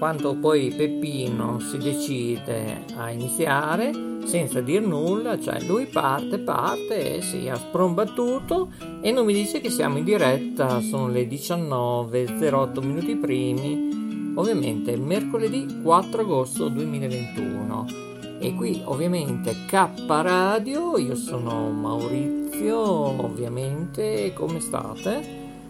quando poi Peppino si decide a iniziare senza dir nulla, cioè lui parte e si ha sprombattuto e non mi dice che siamo in diretta, sono le 19:08 minuti primi, ovviamente mercoledì 4 agosto 2021. E qui ovviamente K Radio, io sono Maurizio, ovviamente, come state?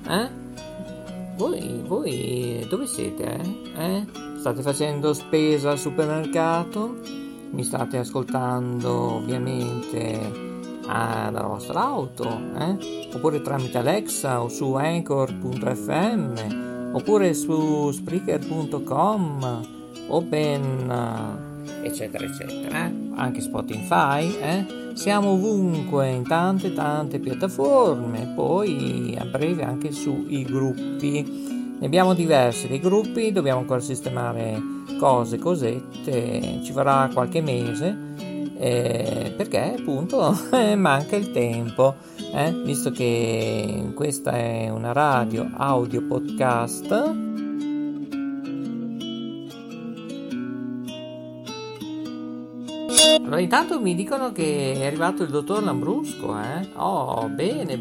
Voi dove siete? State facendo spesa al supermercato? Mi state ascoltando ovviamente dalla vostra auto? Oppure tramite Alexa o su Anchor.fm oppure su Spreaker.com eccetera eccetera, anche Spotify, siamo ovunque in tante piattaforme, poi a breve anche sui gruppi, ne abbiamo diversi dei gruppi, dobbiamo ancora sistemare cosette, ci vorrà qualche mese, perché appunto manca il tempo, visto che questa è una radio audio podcast. Allora, intanto mi dicono che è arrivato il dottor Lambrusco, Oh, bene.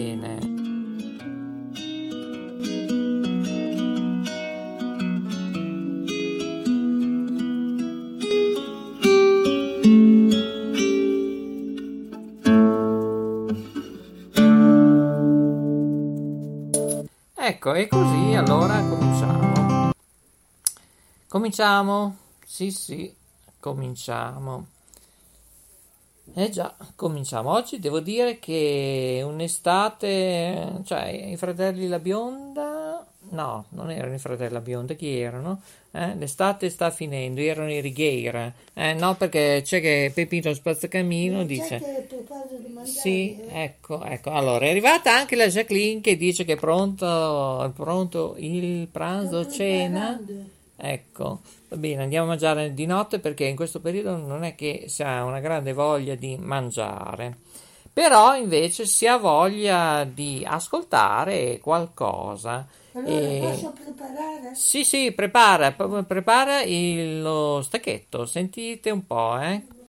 Ecco, e così allora cominciamo. Sì, cominciamo. Già, cominciamo. Oggi devo dire che un'estate, cioè i fratelli La Bionda, no, non erano i fratelli La Bionda, chi erano? L'estate sta finendo, erano i Righeira, no, perché c'è che Peppino Spazzacamino dice... Sì, ecco, allora è arrivata anche la Jacqueline che dice che è pronto il pranzo, cena. Ecco, va bene, andiamo a mangiare di notte perché in questo periodo non è che si ha una grande voglia di mangiare, però invece si ha voglia di ascoltare qualcosa. Allora posso preparare? Sì, prepara lo stacchetto, sentite un po',